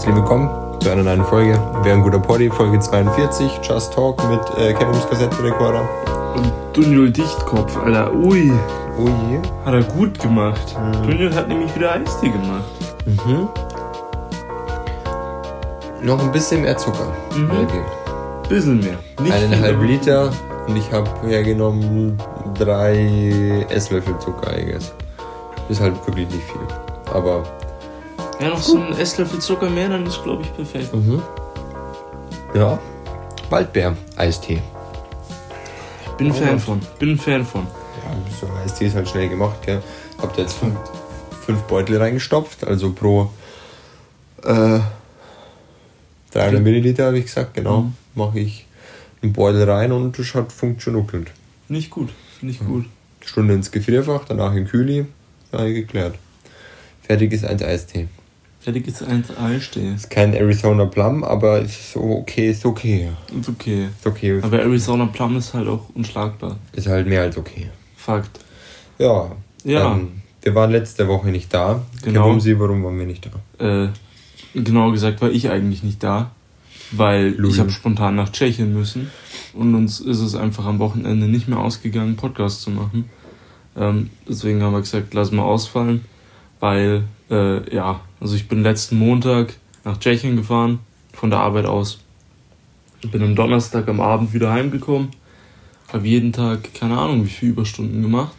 Herzlich willkommen zu einer neuen Folge. Wer ein guter Poddy, Folge 42, Just Talk mit Kevins Kassettenrekorder. Und Dunjul Dichtkopf, Alter, ui. Oh je. Hat er gut gemacht. Dunjul hat nämlich wieder Eistee gemacht. Mhm. Noch ein bisschen mehr Zucker. Bisschen mehr. Nicht 1,5 Liter und ich habe hergenommen 3 Esslöffel Zucker gegessen. Ist halt wirklich nicht viel. Aber ja, noch so ein Esslöffel Zucker mehr, dann ist, glaube ich, perfekt. ja, Waldbeer-Eistee. Bin ein Fan von. Ja, so ein Eistee ist halt schnell gemacht, gell. Hab da jetzt 5 Beutel reingestopft, also pro 300 Milliliter, habe ich gesagt, genau. Mache ich einen Beutel rein und das hat funktioniert. Finde ich gut. Stunde ins Gefrierfach, danach in Kühli, habe ich geklärt. Fertig ist 1 Eistee. Fertig ist 1 Eistee. Ist kein Arizona Plum, aber ist so okay, ist okay. Ist okay. Ist okay. Aber Arizona Plum ist halt auch unschlagbar. Ist halt mehr als okay. Fakt. Ja. Wir waren letzte Woche nicht da. Genau. Warum waren wir nicht da? Genauer gesagt war ich eigentlich nicht da, weil ich habe spontan nach Tschechien müssen und uns ist es einfach am Wochenende nicht mehr ausgegangen, Podcast zu machen. Deswegen haben wir gesagt, lass mal ausfallen, weil, also ich bin letzten Montag nach Tschechien gefahren, von der Arbeit aus. Bin am Donnerstag am Abend wieder heimgekommen, habe jeden Tag, keine Ahnung wie viele Überstunden gemacht.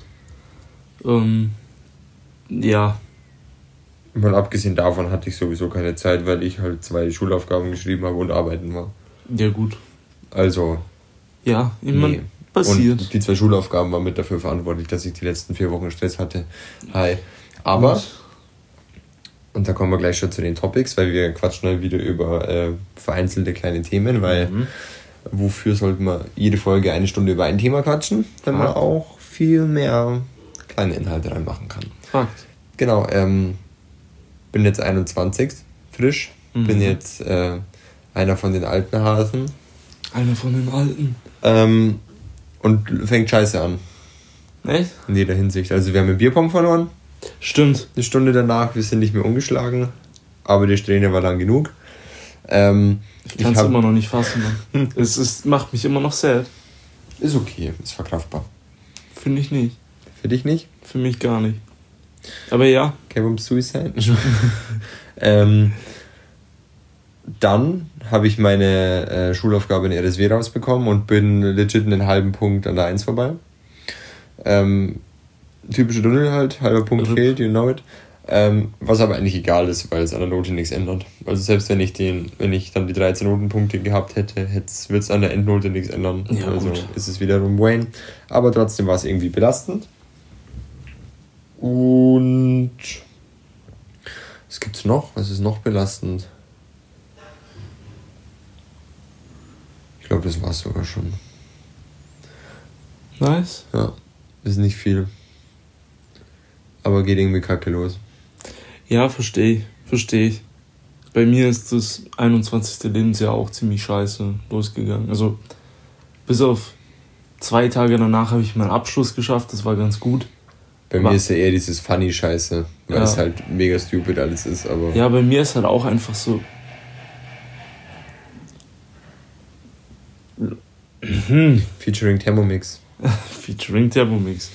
Mal abgesehen davon hatte ich sowieso keine Zeit, weil ich halt 2 Schulaufgaben geschrieben habe und arbeiten war. Ja gut. Also. Ja, immer passiert. Und die 2 Schulaufgaben waren mit dafür verantwortlich, dass ich die letzten 4 Wochen Stress hatte. Aber, und da kommen wir gleich schon zu den Topics, weil wir quatschen dann wieder über vereinzelte kleine Themen, weil wofür sollte man jede Folge 1 Stunde über ein Thema quatschen, wenn man auch viel mehr kleine Inhalte reinmachen kann. Fakt. Genau, bin jetzt 21, frisch, bin jetzt einer von den alten Hasen. Einer von den Alten. Und fängt scheiße an. Echt? In jeder Hinsicht. Also wir haben den Bierpong verloren. Stimmt. Eine Stunde danach, wir sind nicht mehr umgeschlagen. Aber die Strähne war lang genug. Ich kann es immer noch nicht fassen. Es macht mich immer noch sad. Ist okay, ist verkraftbar. Finde ich nicht. Für dich nicht? Für mich gar nicht. Aber ja. Kevin Suicide. Dann habe ich meine Schulaufgabe in RSW rausbekommen und bin legit einen halben Punkt an der 1 vorbei. Typische Tunnel halt, halber Punkt fehlt, you know it. Was aber eigentlich egal ist, weil es an der Note nichts ändert. Also selbst wenn ich dann die 13 Notenpunkte gehabt hätte, wird es an der Endnote nichts ändern. Ja, also gut. ist es wiederum Wayne. Aber trotzdem war es irgendwie belastend. Und was gibt's noch? Was ist noch belastend? Ich glaube, das war's sogar schon. Nice. Ja, ist nicht viel. Aber geht irgendwie kacke los. Ja, verstehe ich. Bei mir ist das 21. Lebensjahr auch ziemlich scheiße losgegangen. Also bis auf 2 Tage danach habe ich meinen Abschluss geschafft, das war ganz gut. Bei mir ist ja eher dieses Funny-Scheiße, weil es halt mega stupid alles ist, aber... Ja, bei mir ist halt auch einfach so... Featuring Thermomix. Featuring Thermomix.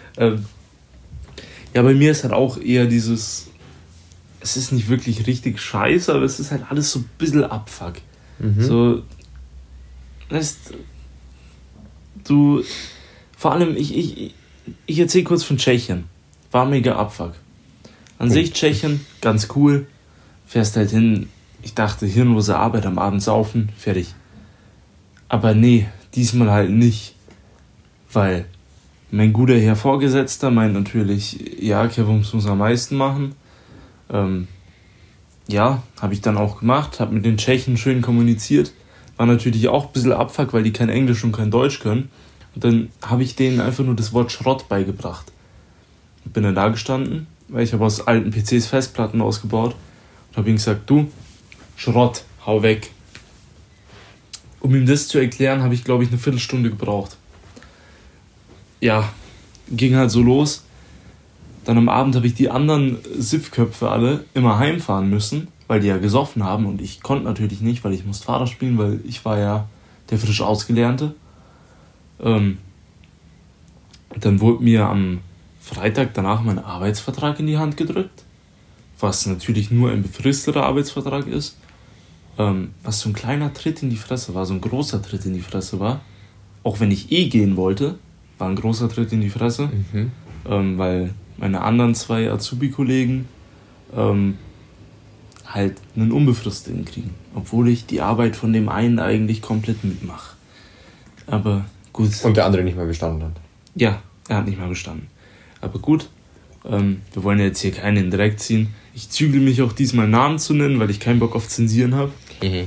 Ja, bei mir ist halt auch eher dieses... Es ist nicht wirklich richtig scheiße, aber es ist halt alles so ein bisschen Abfuck. So... Weißt du... Vor allem, ich erzähle kurz von Tschechien. War mega Abfuck. An sich Tschechien, ganz cool. Fährst halt hin, ich dachte, hirnlose Arbeit, am Abend saufen, fertig. Aber nee, diesmal halt nicht. Weil mein guter Herr Vorgesetzter meint natürlich, ja, Kevin muss am meisten machen. Ja, habe ich dann auch gemacht, habe mit den Tschechen schön kommuniziert. War natürlich auch ein bisschen Abfuck, weil die kein Englisch und kein Deutsch können. Und dann habe ich denen einfach nur das Wort Schrott beigebracht. Und bin dann da gestanden, weil ich habe aus alten PCs Festplatten ausgebaut und habe ihm gesagt, du, Schrott, hau weg. Um ihm das zu erklären, habe ich, glaube ich, eine Viertelstunde gebraucht. Ja, ging halt so los. Dann am Abend habe ich die anderen Siffköpfe alle immer heimfahren müssen, weil die ja gesoffen haben und ich konnte natürlich nicht, weil ich musste Fahrrad spielen, weil ich war ja der frisch Ausgelernte. Dann wurde mir am Freitag danach mein Arbeitsvertrag in die Hand gedrückt, was natürlich nur ein befristeter Arbeitsvertrag ist, was so ein kleiner Tritt in die Fresse war, so ein großer Tritt in die Fresse war. Auch wenn ich gehen wollte, war ein großer Tritt in die Fresse, weil meine anderen 2 Azubi-Kollegen halt einen Unbefristeten kriegen, obwohl ich die Arbeit von dem einen eigentlich komplett mitmache. Aber gut. Und der andere nicht mehr bestanden hat. Ja, er hat nicht mehr bestanden. Aber gut, wir wollen ja jetzt hier keinen in den Dreck ziehen. Ich zügle mich auch diesmal Namen zu nennen, weil ich keinen Bock auf Zensieren habe.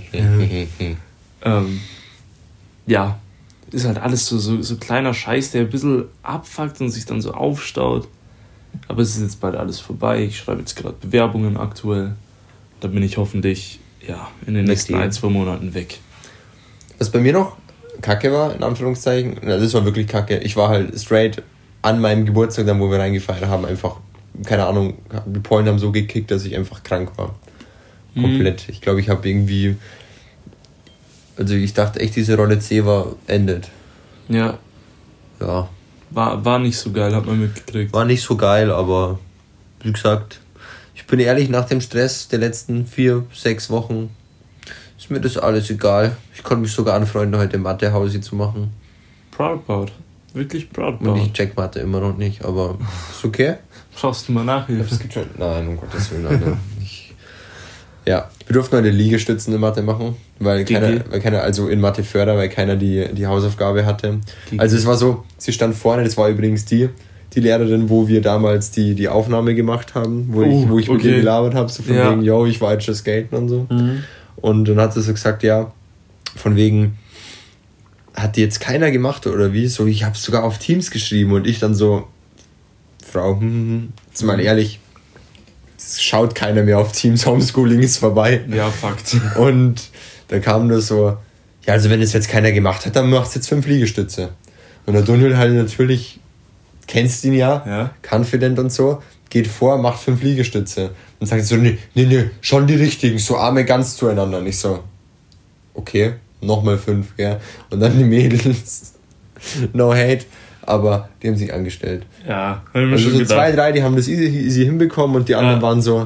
Ja, ist halt alles so kleiner Scheiß, der ein bisschen abfuckt und sich dann so aufstaut. Aber es ist jetzt bald alles vorbei. Ich schreibe jetzt gerade Bewerbungen aktuell. Da bin ich hoffentlich in den nächsten 1-2 Monaten weg. Was bei mir noch Kacke war, in Anführungszeichen, das war wirklich Kacke. Ich war halt straight an meinem Geburtstag, dann wo wir reingefeiert haben, einfach, keine Ahnung, die Pollen haben so gekickt, dass ich einfach krank war. Komplett. Ich glaube, ich habe irgendwie, also ich dachte echt, diese Rolle C war endet. Ja. Ja. War nicht so geil, hat man mitgekriegt. War nicht so geil, aber wie gesagt, ich bin ehrlich, nach dem Stress der letzten 4-6 Wochen ist mir das alles egal. Ich konnte mich sogar anfreunden, heute Mathe-Hausi zu machen. Proud about. Wirklich proud about. Und ich check Mathe immer noch nicht, aber ist okay. Brauchst du mal Nachhilfe? Nein, um Gottes Willen, Alter. Ja, wir durften heute Liegestützen in Mathe machen, weil keiner, also in Mathe Förder, weil keiner die Hausaufgabe hatte. Also es war so, sie stand vorne, das war übrigens die Lehrerin, wo wir damals die Aufnahme gemacht haben, wo ich mit ihr gelabert habe, so von wegen, yo, ich war jetzt schon skaten und so. Und dann hat sie so gesagt, ja, von wegen, hat die jetzt keiner gemacht oder wie? So, ich habe es sogar auf Teams geschrieben und ich dann so, Frau, jetzt mal ehrlich, es schaut keiner mehr auf Teams, Homeschooling ist vorbei. Ja, Fakt. Und da kam nur so, ja, also wenn es jetzt keiner gemacht hat, dann macht es jetzt 5 Liegestütze. Und der Dunhil halt natürlich, kennst ihn ja, confident und so, geht vor, macht 5 Liegestütze. Und sagt so, nee, schon die richtigen, so Arme ganz zueinander. Und ich so, okay, nochmal 5, ja. Und dann die Mädels, no hate, aber die haben sich angestellt. Ja, hab ich mir schon gedacht. 2, 3, die haben das easy hinbekommen und die anderen waren so,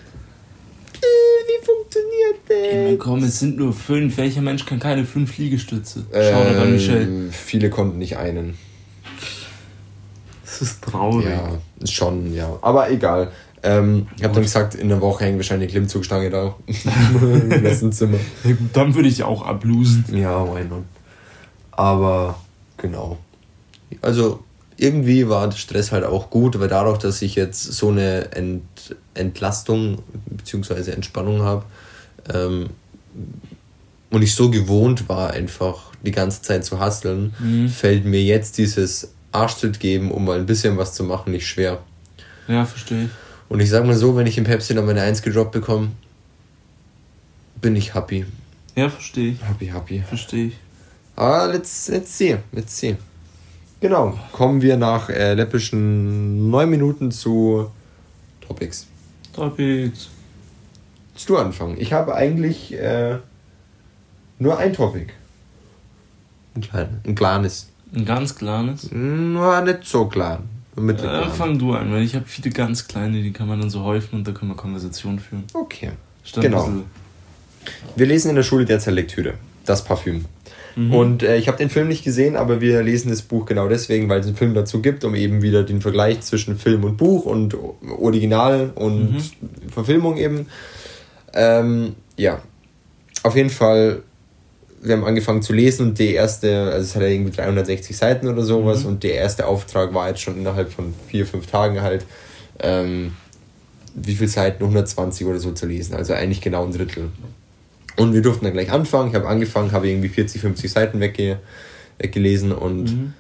wie funktioniert das? Ey, komm, es sind nur 5. Welcher Mensch kann keine 5 Liegestütze? Schau dir an, Michel. Viele konnten nicht einen. Das ist traurig. Ja, ist schon, ja. Aber egal. Ich habe dann gesagt, in der Woche hängt wahrscheinlich eine Klimmzugstange da. Im Esszimmer. Ja, gut, dann würde ich auch ablosen. Ja, why not? Aber, genau. Also, irgendwie war der Stress halt auch gut, weil dadurch, dass ich jetzt so eine Entlastung bzw. Entspannung habe und ich so gewohnt war, einfach die ganze Zeit zu hustlen, fällt mir jetzt dieses Arschtritt geben, um mal ein bisschen was zu machen, nicht schwer. Ja, verstehe ich. Und ich sag mal so, wenn ich im Pepsi dann meine 1 gedroppt bekomme, bin ich happy. Ja, verstehe ich. Happy. Verstehe ich. Aber let's see. Genau, kommen wir nach läppischen 9 Minuten zu Topics. Willst du anfangen? Ich habe eigentlich nur ein Topic. Ein kleines. Ein ganz kleines? Na, nicht so klein. Fang du an, weil ich habe viele ganz kleine, die kann man dann so häufen und da können wir Konversation führen. Okay. Genau. Wir lesen in der Schule derzeit Lektüre. Das Parfüm. Und ich habe den Film nicht gesehen, aber wir lesen das Buch genau deswegen, weil es einen Film dazu gibt, um eben wieder den Vergleich zwischen Film und Buch und Original und Verfilmung eben. Ja, auf jeden Fall, wir haben angefangen zu lesen und die erste, also es hat ja irgendwie 360 Seiten oder sowas und der erste Auftrag war jetzt schon innerhalb von 4-5 Tagen halt, wie viele Seiten? 120 oder so zu lesen, also eigentlich genau ein Drittel. Und wir durften dann gleich anfangen. Ich habe angefangen, habe irgendwie 40-50 Seiten weggelesen und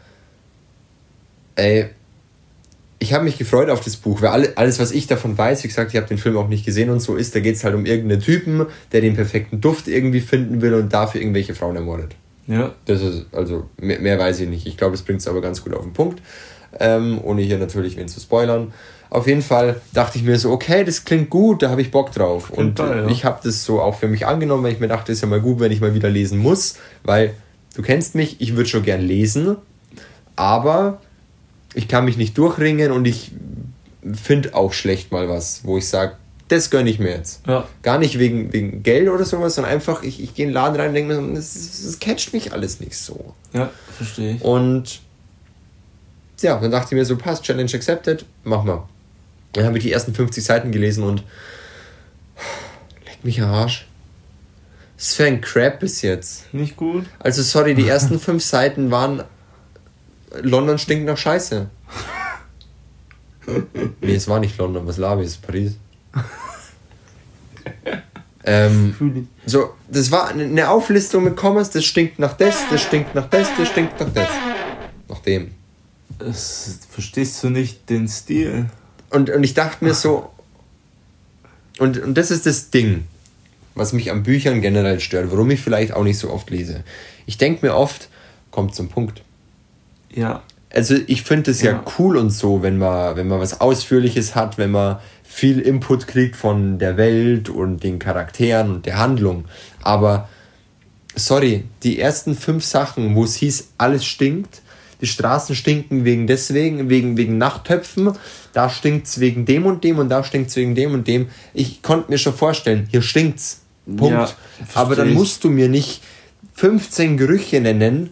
ich habe mich gefreut auf das Buch, weil alles, was ich davon weiß, wie gesagt, ich habe den Film auch nicht gesehen und so ist, da geht es halt um irgendeinen Typen, der den perfekten Duft irgendwie finden will und dafür irgendwelche Frauen ermordet. Ja. Das ist, also, mehr weiß ich nicht. Ich glaube, es bringt es aber ganz gut auf den Punkt, ohne hier natürlich wen zu spoilern. Auf jeden Fall dachte ich mir so, okay, das klingt gut, da habe ich Bock drauf. Und ich habe das so auch für mich angenommen, weil ich mir dachte, ist ja mal gut, wenn ich mal wieder lesen muss, weil du kennst mich, ich würde schon gern lesen, aber ich kann mich nicht durchringen und ich finde auch schlecht mal was, wo ich sage, das gönne ich mir jetzt. Ja. Gar nicht wegen Geld oder sowas, sondern einfach, ich gehe in den Laden rein und denke mir, das catcht mich alles nicht so. Ja, verstehe ich. Und ja, dann dachte ich mir so, passt, Challenge accepted, mach mal. Dann habe ich die ersten 50 Seiten gelesen und leck mich am Arsch. Was ist für ein Crap bis jetzt. Nicht gut? Also sorry, die ersten 5 Seiten waren London stinkt nach Scheiße. Nee, es war nicht London, was laber ich, es ist Paris. So, das war eine Auflistung mit Kommas, das stinkt nach das stinkt nach das stinkt nach das. Nach dem. Verstehst du nicht den Stil? Und ich dachte mir so, und das ist das Ding, was mich an Büchern generell stört, warum ich vielleicht auch nicht so oft lese. Ich denke mir oft, kommt zum Punkt. Ja. Also ich finde es ja cool und so, wenn man was Ausführliches hat, wenn man viel Input kriegt von der Welt und den Charakteren und der Handlung. Aber, sorry, die ersten 5 Sachen, wo es hieß, alles stinkt, die Straßen stinken wegen Nachttöpfen, da stinkt es wegen dem und dem und da stinkt es wegen dem und dem. Ich konnte mir schon vorstellen, hier stinkt's. Punkt. Ja, aber dann musst du mir nicht 15 Gerüche nennen,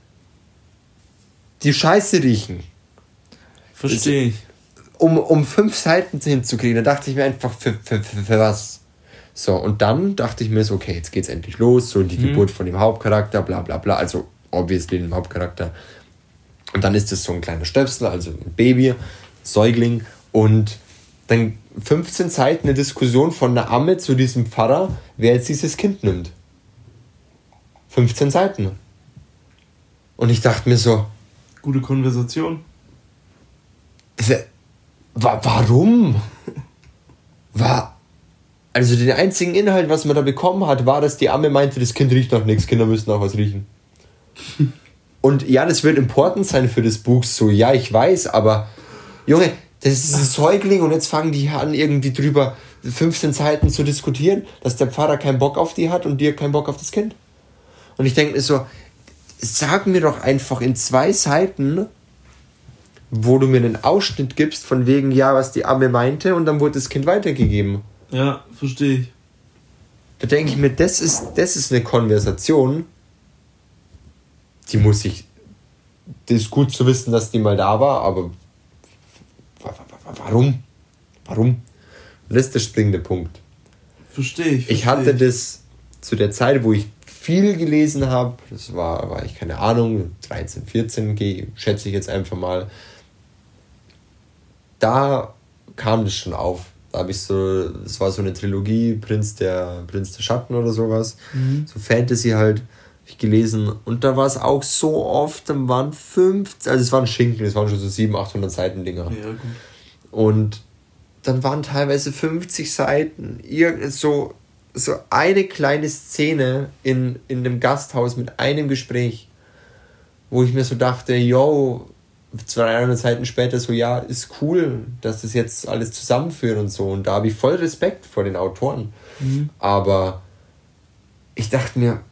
die scheiße riechen. Verstehe ich. Um 5 Seiten hinzukriegen, da dachte ich mir einfach, für was? So, und dann dachte ich mir so, okay, jetzt geht's endlich los, so die Geburt von dem Hauptcharakter, bla bla bla, also obviously dem Hauptcharakter. Und dann ist es so ein kleiner Stöpsel, also ein Baby, Säugling, und dann 15 Seiten eine Diskussion von einer Amme zu diesem Pfarrer, wer jetzt dieses Kind nimmt. 15 Seiten. Und ich dachte mir so, gute Konversation. Warum? Also den einzigen Inhalt, was man da bekommen hat, war, dass die Amme meinte, das Kind riecht nach nichts, Kinder müssen nach was riechen. Und ja, das wird important sein für das Buch, so, ja, ich weiß, aber Junge, das ist ein Säugling und jetzt fangen die an, irgendwie drüber 15 Seiten zu diskutieren, dass der Pfarrer keinen Bock auf die hat und dir keinen Bock auf das Kind. Und ich denke mir so, sag mir doch einfach in 2 Seiten, wo du mir einen Ausschnitt gibst, von wegen, ja, was die Amme meinte, und dann wurde das Kind weitergegeben. Ja, verstehe ich. Da denke ich mir, das ist eine Konversation, die muss ich, das ist gut zu wissen, dass die mal da war, aber warum? Und das ist der springende Punkt. Verstehe ich. Ich hatte das zu der Zeit, wo ich viel gelesen habe, das war ich keine Ahnung, 13, 14, schätze ich jetzt einfach mal, da kam das schon auf. Da habe ich so, das war so eine Trilogie, Prinz der Schatten oder sowas, so Fantasy halt, ich gelesen, und da war es auch so oft, dann waren 50, also es waren Schinken, es waren schon so 700, 800 Seiten Dinger. Ja, gut. Und dann waren teilweise 50 Seiten, so eine kleine Szene in einem Gasthaus mit einem Gespräch, wo ich mir so dachte, yo, 200 Seiten später so, ja, ist cool, dass das jetzt alles zusammenführt und so, und da habe ich voll Respekt vor den Autoren. Aber ich dachte mir,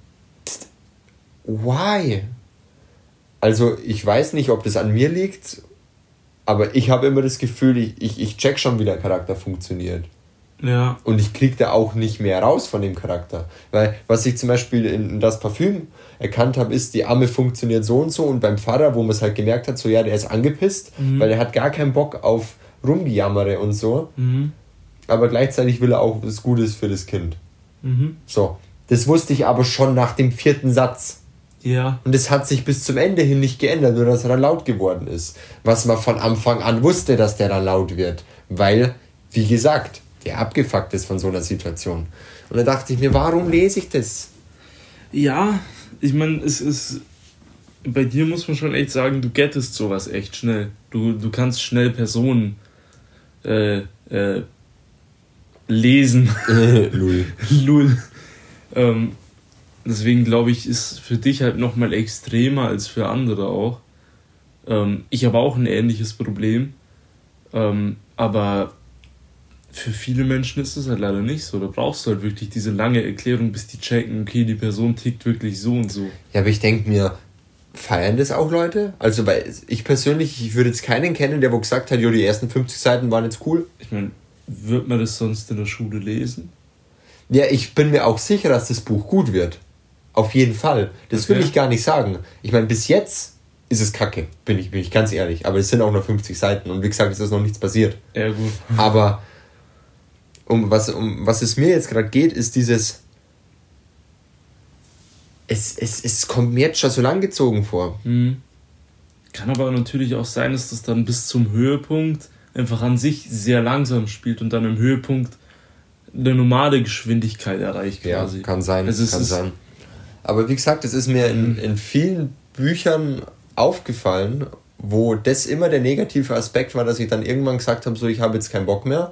why? Also ich weiß nicht, ob das an mir liegt, aber ich habe immer das Gefühl, ich check schon, wie der Charakter funktioniert. Ja. Und ich kriege da auch nicht mehr raus von dem Charakter. Weil, was ich zum Beispiel in das Parfüm erkannt habe, ist, die Amme funktioniert so und so, und beim Pfarrer, wo man es halt gemerkt hat, so, ja, der ist angepisst, weil er hat gar keinen Bock auf Rumgejammere und so. Aber gleichzeitig will er auch was Gutes für das Kind. So. Das wusste ich aber schon nach dem 4. Satz. Ja. Und es hat sich bis zum Ende hin nicht geändert, nur dass er dann laut geworden ist. Was man von Anfang an wusste, dass der dann laut wird. Weil, wie gesagt, der abgefuckt ist von so einer Situation. Und da dachte ich mir, warum lese ich das? Ja, ich meine, es ist, bei dir muss man schon echt sagen, du gettest sowas echt schnell. Du kannst schnell Personen lesen. Lul. Deswegen glaube ich, ist für dich halt nochmal extremer als für andere auch. Ich habe auch ein ähnliches Problem. Aber für viele Menschen ist es halt leider nicht so. Da brauchst du halt wirklich diese lange Erklärung, bis die checken, okay, die Person tickt wirklich so und so. Ja, aber ich denke mir, feiern das auch Leute? Also, weil ich persönlich, ich würde jetzt keinen kennen, der wo gesagt hat, jo, die ersten 50 Seiten waren jetzt cool. Ich meine, wird man das sonst in der Schule lesen? Ja, ich bin mir auch sicher, dass das Buch gut wird. Auf jeden Fall. Das will ich gar nicht sagen. Ich meine, bis jetzt ist es kacke, bin ich ganz ehrlich. Aber es sind auch nur 50 Seiten und wie gesagt, es ist noch nichts passiert. Ja, gut. Aber um was es mir jetzt gerade geht, ist dieses... Es kommt mir jetzt schon so lang gezogen vor. Kann aber natürlich auch sein, dass das dann bis zum Höhepunkt einfach an sich sehr langsam spielt und dann im Höhepunkt eine normale Geschwindigkeit erreicht quasi. Ja, kann sein, also kann sein. Aber wie gesagt, es ist mir in vielen Büchern aufgefallen, wo das immer der negative Aspekt war, dass ich dann irgendwann gesagt habe, so, ich habe jetzt keinen Bock mehr.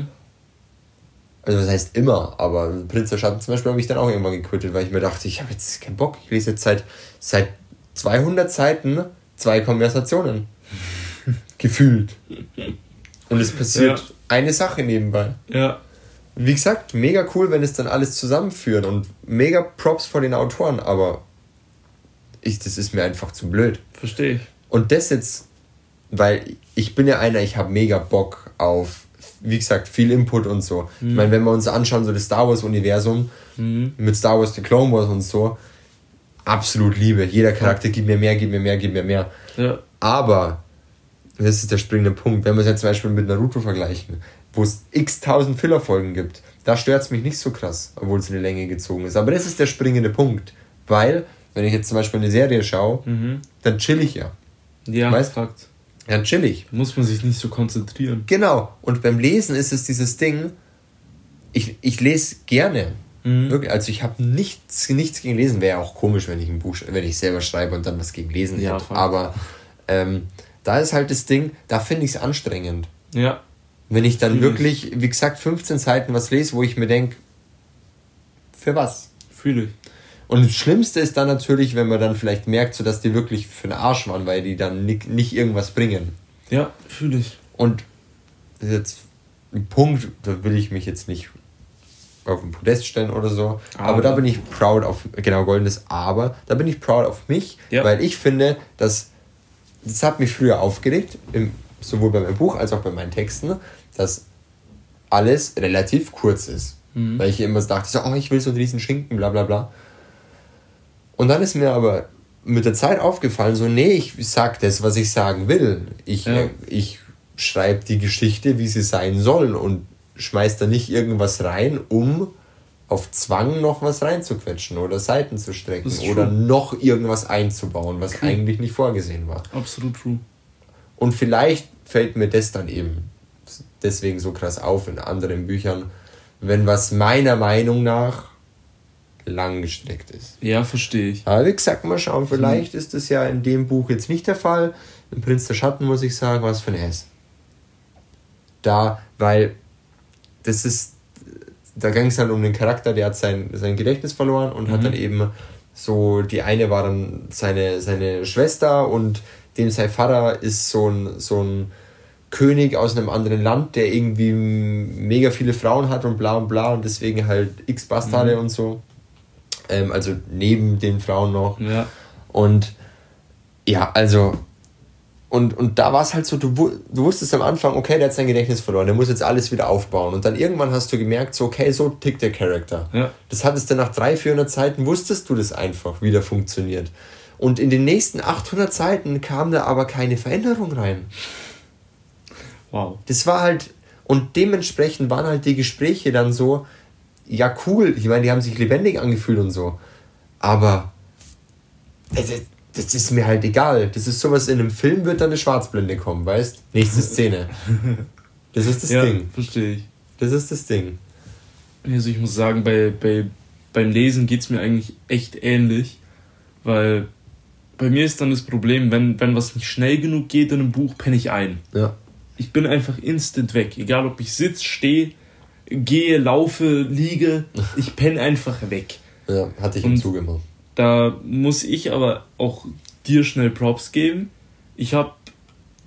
Also das heißt immer, aber Prinz der Schatten zum Beispiel habe ich dann auch irgendwann gequittet, weil ich mir dachte, ich habe jetzt keinen Bock. Ich lese jetzt seit 200 Seiten 2 Konversationen. Gefühlt. Und es passiert eine Sache nebenbei. Ja. Und wie gesagt, mega cool, wenn es dann alles zusammenführt und mega Props vor den Autoren, aber das ist mir einfach zu blöd. Verstehe ich. Und das jetzt, weil ich bin ja einer, ich habe mega Bock auf, wie gesagt, viel Input und so. Ich meine, wenn wir uns anschauen, so das Star Wars Universum mit Star Wars The Clone Wars und so, absolut Liebe. Jeder Charakter gibt mir mehr, gibt mir mehr, gibt mir mehr. Ja. Aber, das ist der springende Punkt, wenn wir es jetzt zum Beispiel mit Naruto vergleichen, wo es x-tausend Filler-Folgen gibt, da stört es mich nicht so krass, obwohl es in die Länge gezogen ist. Aber das ist der springende Punkt, weil, wenn ich jetzt zum Beispiel eine Serie schaue, dann chill ich ja. Ja, weißt? Fakt. Ja, chillig. Muss man sich nicht so konzentrieren. Genau. Und beim Lesen ist es dieses Ding, ich lese gerne. Wirklich. Also ich habe nichts gegen Lesen. Wäre ja auch komisch, wenn ich selber schreibe und dann was gegen Lesen hätte. Fakt. Aber da ist halt das Ding, da finde ich es anstrengend. Ja. Wenn ich dann wirklich, wie gesagt, 15 Seiten was lese, wo ich mir denke, für was? Fühle ich. Und das Schlimmste ist dann natürlich, wenn man dann vielleicht merkt, so dass die wirklich für den Arsch waren, weil die dann nicht irgendwas bringen. Ja, fühle ich. Und das ist jetzt ein Punkt, da will ich mich jetzt nicht auf den Podest stellen oder so. Aber da bin ich proud auf, genau, goldenes Aber, da bin ich proud auf mich, weil ich finde, das hat mich früher aufgeregt, sowohl bei meinem Buch als auch bei meinen Texten, dass alles relativ kurz ist. Weil ich immer dachte, so, oh, ich will so einen riesen Schinken, bla bla bla. Und dann ist mir aber mit der Zeit aufgefallen, so, nee, ich sag das, was ich sagen will. Ich schreibe die Geschichte, wie sie sein soll und schmeiß da nicht irgendwas rein, um auf Zwang noch was reinzuquetschen oder Seiten zu strecken oder noch irgendwas einzubauen, was eigentlich nicht vorgesehen war. Absolut true. Und vielleicht fällt mir das dann eben deswegen so krass auf in anderen Büchern, wenn was meiner Meinung nach lang gestreckt ist. Ja, verstehe ich. Aber wie gesagt, mal schauen, vielleicht ist das ja in dem Buch jetzt nicht der Fall. Im Prinz der Schatten muss ich sagen, was für ein Ass. Weil da ging es halt um den Charakter, der hat sein Gedächtnis verloren und hat dann eben so, die eine war dann seine Schwester und dem sein Vater ist so ein König aus einem anderen Land, der irgendwie mega viele Frauen hat und bla und bla und deswegen halt x Bastarde und so. Also neben den Frauen noch. Ja. Und ja, also und da war es halt so, du wusstest am Anfang, okay, der hat sein Gedächtnis verloren, der muss jetzt alles wieder aufbauen. Und dann irgendwann hast du gemerkt, so, okay, so tickt der Charakter. Ja. Das hattest du nach 300-400 Seiten, wusstest du das einfach, wie der funktioniert. Und in den nächsten 800 Seiten kam da aber keine Veränderung rein. Wow. Das war halt, und dementsprechend waren halt die Gespräche dann so, ja cool, ich meine, die haben sich lebendig angefühlt und so, aber das ist mir halt egal. Das ist sowas, in einem Film wird dann eine Schwarzblende kommen, weißt? Nächste Szene. Das ist das Ding. Verstehe ich. Das ist das Ding. Also ich muss sagen, beim Lesen geht es mir eigentlich echt ähnlich, weil bei mir ist dann das Problem, wenn was nicht schnell genug geht in einem Buch, penne ich ein. Ja. Ich bin einfach instant weg. Egal, ob ich sitze, stehe, gehe, laufe, liege, ich penne einfach weg. Ja, hatte ich im Zug immer. Da muss ich aber auch dir schnell Props geben. Ich habe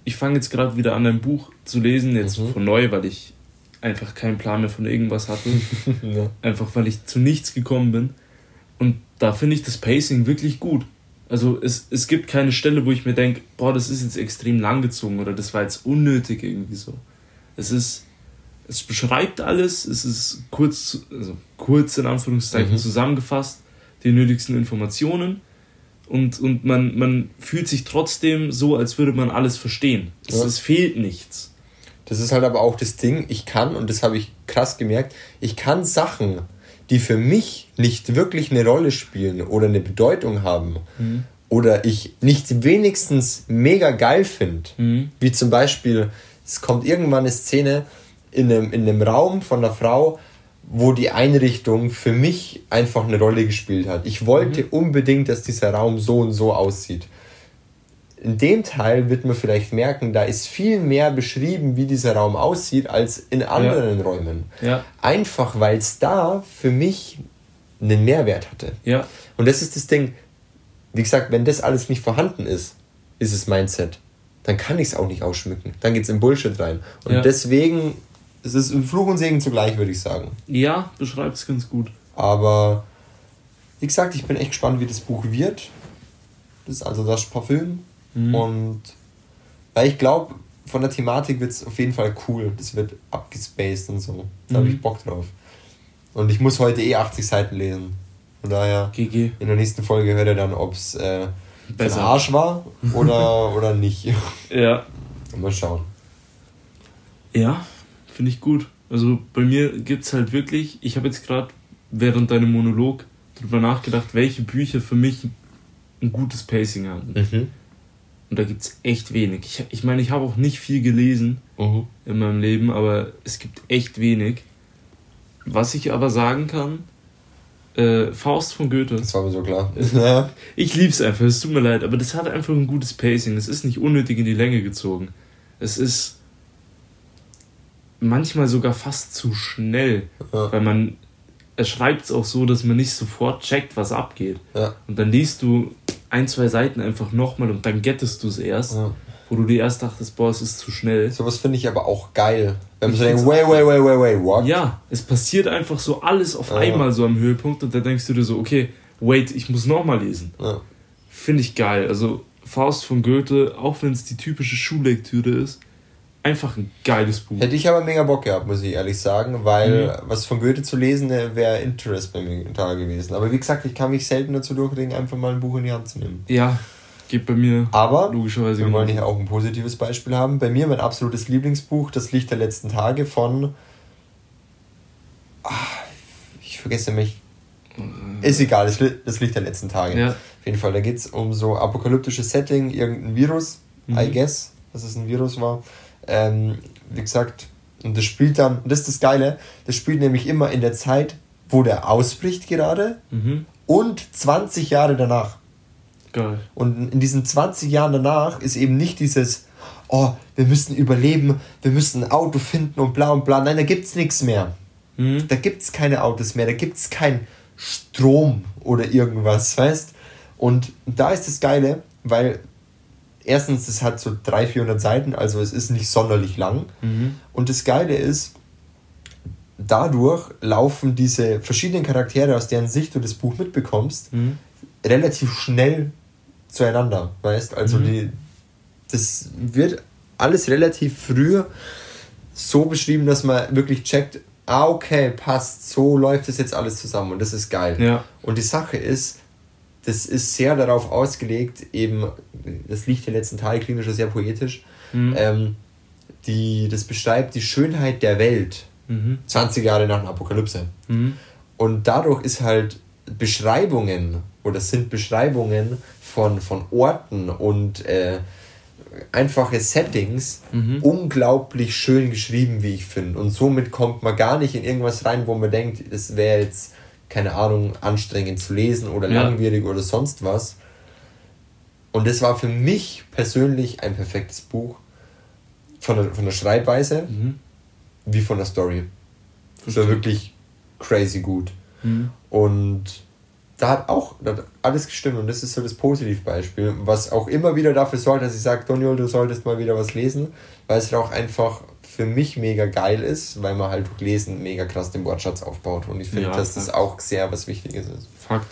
ich fange jetzt gerade wieder an, ein Buch zu lesen, jetzt von neu, weil ich einfach keinen Plan mehr von irgendwas hatte. Ja. Einfach weil ich zu nichts gekommen bin. Und da finde ich das Pacing wirklich gut. Also es gibt keine Stelle, wo ich mir denke, boah, das ist jetzt extrem langgezogen oder das war jetzt unnötig irgendwie so. Es beschreibt alles, es ist kurz in Anführungszeichen zusammengefasst, die nötigsten Informationen und man fühlt sich trotzdem so, als würde man alles verstehen. Es fehlt nichts. Das ist halt aber auch das Ding, ich kann, und das habe ich krass gemerkt, ich kann Sachen, die für mich nicht wirklich eine Rolle spielen oder eine Bedeutung haben oder ich nicht wenigstens mega geil finde, wie zum Beispiel, es kommt irgendwann eine Szene in einem Raum von einer Frau, wo die Einrichtung für mich einfach eine Rolle gespielt hat. Ich wollte unbedingt, dass dieser Raum so und so aussieht. In dem Teil wird man vielleicht merken, da ist viel mehr beschrieben, wie dieser Raum aussieht, als in anderen Räumen. Ja. Einfach, weil es da für mich einen Mehrwert hatte. Ja. Und das ist das Ding, wie gesagt, wenn das alles nicht vorhanden ist, ist es Mindset. Dann kann ich es auch nicht ausschmücken. Dann geht es in Bullshit rein. Und deswegen, es ist ein Fluch und Segen zugleich, würde ich sagen. Ja, beschreibt es ganz gut. Aber, wie gesagt, ich bin echt gespannt, wie das Buch wird. Das ist also das Parfüm. Und weil ich glaube, von der Thematik wird es auf jeden Fall cool. Das wird abgespaced und so. Da habe ich Bock drauf. Und ich muss heute 80 Seiten lesen. Von daher, in der nächsten Folge hört ihr dann, ob es ein Arsch war oder nicht. Ja. Mal schauen. Ja, finde ich gut. Also bei mir gibt es halt wirklich, ich habe jetzt gerade während deinem Monolog darüber nachgedacht, welche Bücher für mich ein gutes Pacing hatten. Und da gibt es echt wenig. Ich meine, ich habe auch nicht viel gelesen in meinem Leben, aber es gibt echt wenig. Was ich aber sagen kann, Faust von Goethe. Das war mir so klar. Ich lieb's einfach, es tut mir leid, aber das hat einfach ein gutes Pacing. Es ist nicht unnötig in die Länge gezogen. Es ist manchmal sogar fast zu schnell, weil er schreibt es auch so, dass man nicht sofort checkt, was abgeht. Ja. Und dann liest du 1-2 Seiten einfach nochmal und dann gettest du es erst, wo du dir erst dachtest, boah, es ist zu schnell. Sowas finde ich aber auch geil. Wenn man so denkt, wait, what? Ja, es passiert einfach so alles auf einmal so am Höhepunkt und dann denkst du dir so, okay, wait, ich muss nochmal lesen. Ja. Finde ich geil. Also Faust von Goethe, auch wenn es die typische Schullektüre ist, einfach ein geiles Buch. Hätte ich aber mega Bock gehabt, muss ich ehrlich sagen, weil was von Goethe zu lesen, wäre Interest bei mir da gewesen. Aber wie gesagt, ich kann mich selten dazu durchringen, einfach mal ein Buch in die Hand zu nehmen. Ja, geht bei mir aber logischerweise. Wir wollen hier auch ein positives Beispiel haben. Bei mir mein absolutes Lieblingsbuch, Das Licht der letzten Tage von... ich vergesse mich. Ist egal, Das Licht der letzten Tage. Ja. Auf jeden Fall, da geht es um so apokalyptisches Setting, irgendein Virus, I guess, dass es ein Virus war. Wie gesagt, und das spielt dann, das ist das Geile, das spielt nämlich immer in der Zeit, wo der ausbricht gerade und 20 Jahre danach. Geil. Und in diesen 20 Jahren danach ist eben nicht dieses, wir müssen überleben, wir müssen ein Auto finden und bla und bla. Nein, da gibt's nichts mehr. Da gibt's keine Autos mehr, da gibt's keinen Strom oder irgendwas, weißt? Und da ist das Geile, weil erstens, es hat so 300-400 Seiten, also es ist nicht sonderlich lang. Und das Geile ist, dadurch laufen diese verschiedenen Charaktere, aus deren Sicht du das Buch mitbekommst, relativ schnell zueinander, weißt? Also das wird alles relativ früh so beschrieben, dass man wirklich checkt, okay, passt, so läuft das jetzt alles zusammen und das ist geil. Ja. Und die Sache ist, das ist sehr darauf ausgelegt, eben, das Licht der letzten Tage klingt schon sehr poetisch, das beschreibt die Schönheit der Welt, 20 Jahre nach der Apokalypse. Und dadurch ist halt Beschreibungen von Orten und einfache Settings unglaublich schön geschrieben, wie ich finde. Und somit kommt man gar nicht in irgendwas rein, wo man denkt, es wäre jetzt, keine Ahnung, anstrengend zu lesen oder langwierig oder sonst was. Und das war für mich persönlich ein perfektes Buch. Von der Schreibweise wie von der Story. Das war wirklich crazy gut. Und da hat alles gestimmt und das ist so das Positivbeispiel, was auch immer wieder dafür sorgt, dass ich sage, Doniol, du solltest mal wieder was lesen, weil es auch einfach für mich mega geil ist, weil man halt durch Lesen mega krass den Wortschatz aufbaut und ich finde, dass das auch sehr was Wichtiges ist. Fakt.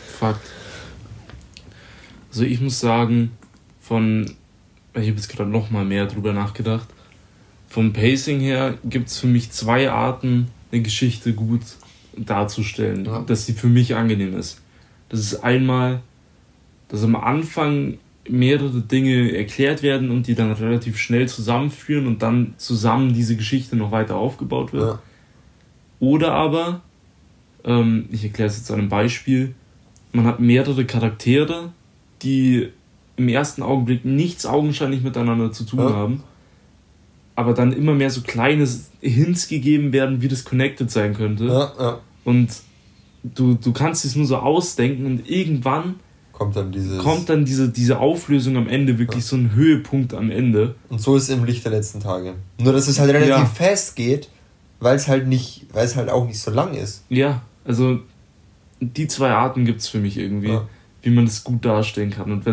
Also ich muss sagen, ich habe jetzt gerade noch mal mehr drüber nachgedacht, vom Pacing her gibt es für mich 2 Arten, eine Geschichte gut darzustellen, dass sie für mich angenehm ist. Das ist einmal, dass am Anfang mehrere Dinge erklärt werden und die dann relativ schnell zusammenführen und dann zusammen diese Geschichte noch weiter aufgebaut wird. Ja. Oder aber, ich erkläre es jetzt an einem Beispiel, man hat mehrere Charaktere, die im ersten Augenblick nichts augenscheinlich miteinander zu tun haben, aber dann immer mehr so kleine Hints gegeben werden, wie das connected sein könnte. Ja. Und du kannst es nur so ausdenken und irgendwann kommt dann diese Auflösung am Ende, wirklich so ein Höhepunkt am Ende. Und so ist es im Licht der letzten Tage. Nur, dass es halt relativ fest geht, weil es halt auch nicht so lang ist. Ja, also die 2 Arten gibt es für mich irgendwie, wie man das gut darstellen kann. Und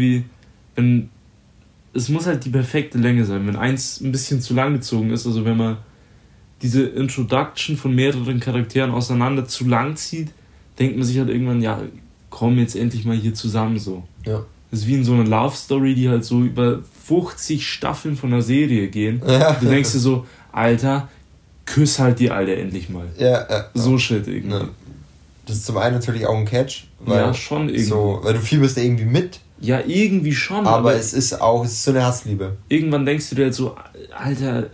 es muss halt die perfekte Länge sein. Wenn eins ein bisschen zu lang gezogen ist, also wenn man diese Introduction von mehreren Charakteren auseinander zu lang zieht, denkt man sich halt irgendwann, ja, komm jetzt endlich mal hier zusammen so. Ja. Das ist wie in so einer Love Story, die halt so über 50 Staffeln von einer Serie gehen. Ja. Du denkst dir so, Alter, küss halt die Alte endlich mal. Ja. So shit irgendwie. Ja. Das ist zum einen natürlich auch ein Catch, weil schon irgendwie. Weil du fieberst irgendwie mit. Ja, irgendwie schon. Aber es ist so eine Hassliebe. Irgendwann denkst du dir halt so, Alter,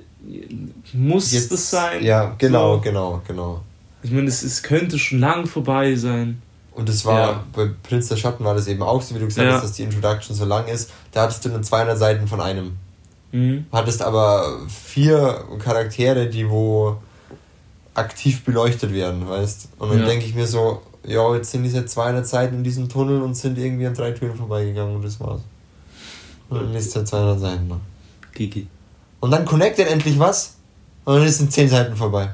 muss jetzt, das sein? Ja, genau. Ich meine, es könnte schon lang vorbei sein. Und das war, bei Prinz der Schatten war das eben auch so, wie du gesagt hast, dass die Introduction so lang ist. Da hattest du nur 200 Seiten von einem. Mhm. Hattest aber 4 Charaktere, die wo aktiv beleuchtet werden, weißt? Und dann denke ich mir so, ja, jetzt sind diese 200 Seiten in diesem Tunnel und sind irgendwie an 3 Türen vorbeigegangen und das war's. Und dann liest du 200 Seiten noch. Kiki. Und dann connectet endlich was und dann sind 10 Seiten vorbei.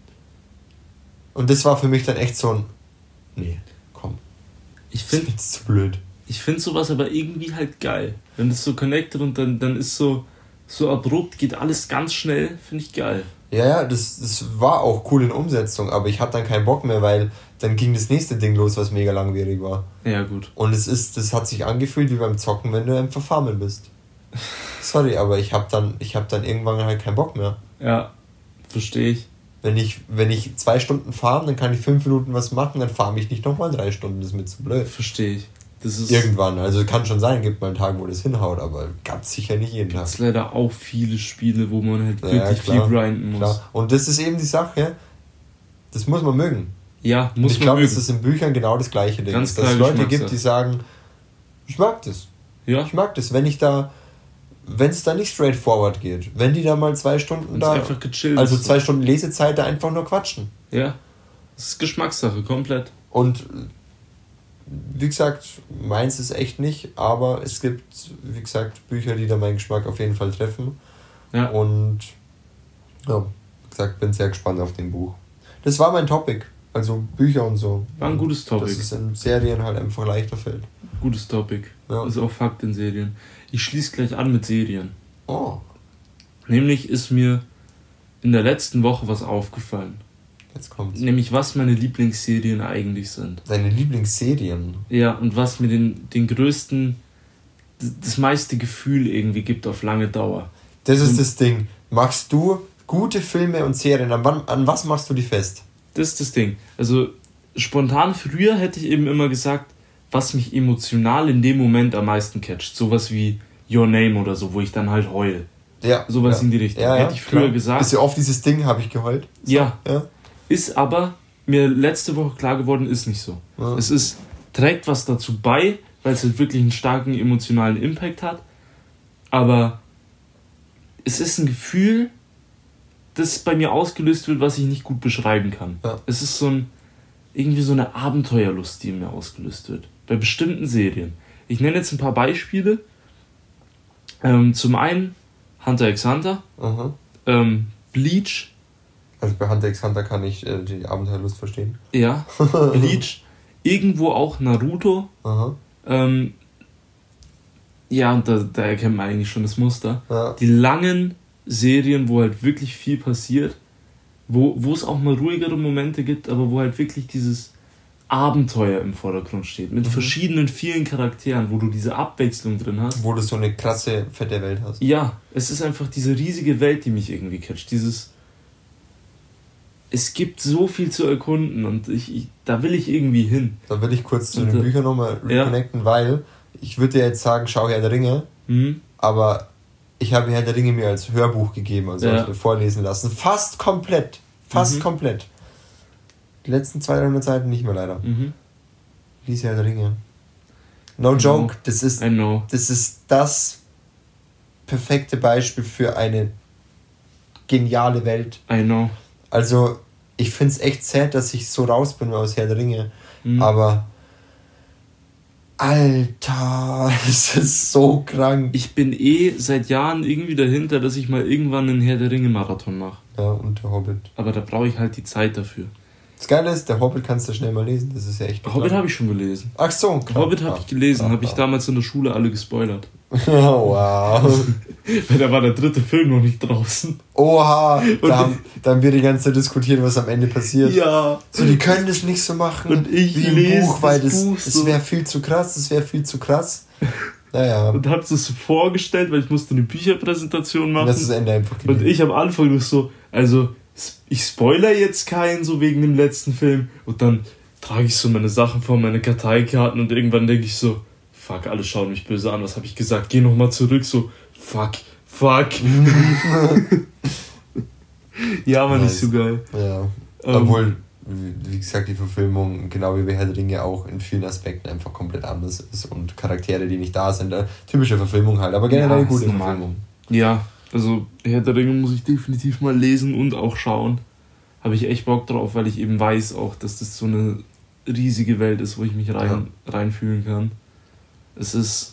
Und das war für mich dann echt so ein, nee, komm. Ich finde es zu blöd. Ich finde sowas aber irgendwie halt geil. Wenn das so connected und dann ist so abrupt, geht alles ganz schnell, finde ich geil. Ja, das war auch cool in Umsetzung, aber ich hatte dann keinen Bock mehr, weil dann ging das nächste Ding los, was mega langwierig war. Ja, gut. Und das hat sich angefühlt wie beim Zocken, wenn du am Verfarmen bist. Sorry, aber ich hab dann irgendwann halt keinen Bock mehr. Ja, verstehe ich. Wenn ich 2 Stunden farm, dann kann ich 5 Minuten was machen, dann farm ich nicht nochmal 3 Stunden, das ist mir zu blöd. Verstehe ich. Das ist irgendwann, also kann schon sein, gibt mal einen Tag, wo das hinhaut, aber ganz sicher nicht jeden Tag. Es gibt leider auch viele Spiele, wo man halt wirklich viel grinden muss. Klar. Und das ist eben die Sache, das muss man mögen. Ja, muss man mögen. Ich glaube, dass das in Büchern genau das gleiche Ding ist. Dass es Leute gibt, die sagen, ich mag das. Ja. Ich mag das, wenn es da nicht straightforward geht. Wenn die da mal 2 Stunden da, einfach gechillt also 2 Stunden Lesezeit da einfach nur quatschen. Ja, das ist Geschmackssache, komplett. Und wie gesagt, meins ist echt nicht, aber es gibt, wie gesagt, Bücher, die da meinen Geschmack auf jeden Fall treffen. Ja. Und ja, wie gesagt, bin sehr gespannt auf den Buch. Das war mein Topic, also Bücher und so. War ein gutes Topic. Dass es in Serien halt einfach leichter fällt. Gutes Topic. Ja. Ist auch Fakt in Serien. Ich schließe gleich an mit Serien. Oh. Nämlich ist mir in der letzten Woche was aufgefallen. Jetzt kommt's. Nämlich, was meine Lieblingsserien eigentlich sind. Deine Lieblingsserien? Ja, und was mir den größten, das meiste Gefühl irgendwie gibt auf lange Dauer. Das ist das Ding. Machst du gute Filme und Serien? An was machst du die fest? Das ist das Ding. Also spontan früher hätte ich eben immer gesagt, was mich emotional in dem Moment am meisten catcht. Sowas wie Your Name oder so, wo ich dann halt heul. Ja. Sowas in die Richtung. Ja, hätte ich früher gesagt. Ist ja oft dieses Ding, habe ich geheult. So, ja. Ist aber mir letzte Woche klar geworden, ist nicht so. Ja. Es trägt was dazu bei, weil es halt wirklich einen starken emotionalen Impact hat. Aber es ist ein Gefühl, das bei mir ausgelöst wird, was ich nicht gut beschreiben kann. Ja. Es ist irgendwie so eine Abenteuerlust, die in mir ausgelöst wird. Bei bestimmten Serien. Ich nenne jetzt ein paar Beispiele. Zum einen Hunter x Hunter, Bleach. Also bei Hunter x Hunter kann ich die Abenteuerlust verstehen. Ja, Bleach. irgendwo auch Naruto. Aha. Ja, und da erkennt man eigentlich schon das Muster. Ja. Die langen Serien, wo halt wirklich viel passiert, wo es auch mal ruhigere Momente gibt, aber wo halt wirklich dieses Abenteuer im Vordergrund steht. Mit verschiedenen, vielen Charakteren, wo du diese Abwechslung drin hast. Wo du so eine krasse, fette Welt hast. Ja, es ist einfach diese riesige Welt, die mich irgendwie catcht. Es gibt so viel zu erkunden und da will ich irgendwie hin. Da will ich kurz zu den Büchern nochmal reconnecten, weil ich würde dir jetzt sagen, schau Herr der Ringe, aber ich habe Herr der Ringe mir als Hörbuch gegeben, also mir vorlesen lassen. Fast komplett. Komplett. Die letzten 200-300 Seiten nicht mehr leider. Lies Herr der Ringe. No joke, das ist das perfekte Beispiel für eine geniale Welt. I know. Also, ich finde es echt sad, dass ich so raus bin aus Herr der Ringe. Aber Alter, es ist so krank. Ich bin seit Jahren irgendwie dahinter, dass ich mal irgendwann einen Herr der Ringe-Marathon mache. Ja, und der Hobbit. Aber da brauche ich halt die Zeit dafür. Das Geile ist, der Hobbit kannst du schnell mal lesen, das ist ja echt... Hobbit habe ich schon gelesen. Ach so, klar. Hobbit habe ich gelesen, habe ich damals in der Schule alle gespoilert. Oh, wow. Weil da war der 3. Film noch nicht draußen. Oha, da haben wir die ganze Zeit diskutiert, was am Ende passiert. Ja. So, die können das nicht so machen und ich wie im Buch, weil das wäre viel zu krass, Naja. Und hab's das so vorgestellt, weil ich musste eine Bücherpräsentation machen. Das ist das Ende einfach gelesen. Und ich am Anfang noch so, also ich spoiler jetzt keinen so wegen dem letzten Film und dann trage ich so meine Sachen vor, meine Karteikarten und irgendwann denke ich so, fuck, alle schauen mich böse an, was habe ich gesagt? Geh nochmal zurück, so, fuck. Ja, aber nicht so geil. Ja, obwohl, wie gesagt, die Verfilmung, genau wie bei Herr der Ringe, auch in vielen Aspekten einfach komplett anders ist und Charaktere, die nicht da sind, typische Verfilmung halt, aber generell eine gute Verfilmung. Ja, also Herr der Ringe muss ich definitiv mal lesen und auch schauen. Habe ich echt Bock drauf, weil ich eben weiß auch, dass das so eine riesige Welt ist, wo ich mich reinfühlen kann. Es ist,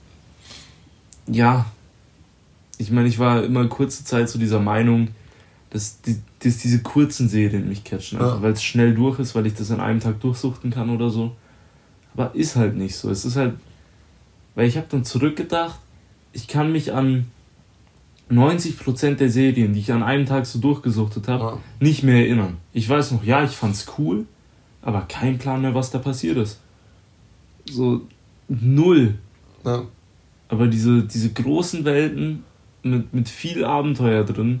ja, ich meine, ich war immer kurze Zeit zu dieser Meinung, dass diese kurzen Serien mich catchen, einfach weil es schnell durch ist, weil ich das an einem Tag durchsuchten kann oder so. Aber ist halt nicht so. Es ist halt, weil ich habe dann zurückgedacht, ich kann mich an 90% der Serien, die ich an einem Tag so durchgesuchtet habe, nicht mehr erinnern. Ich weiß noch, ja, ich fand's cool, aber kein Plan mehr, was da passiert ist. So, null. Ja. Aber diese großen Welten mit viel Abenteuer drin.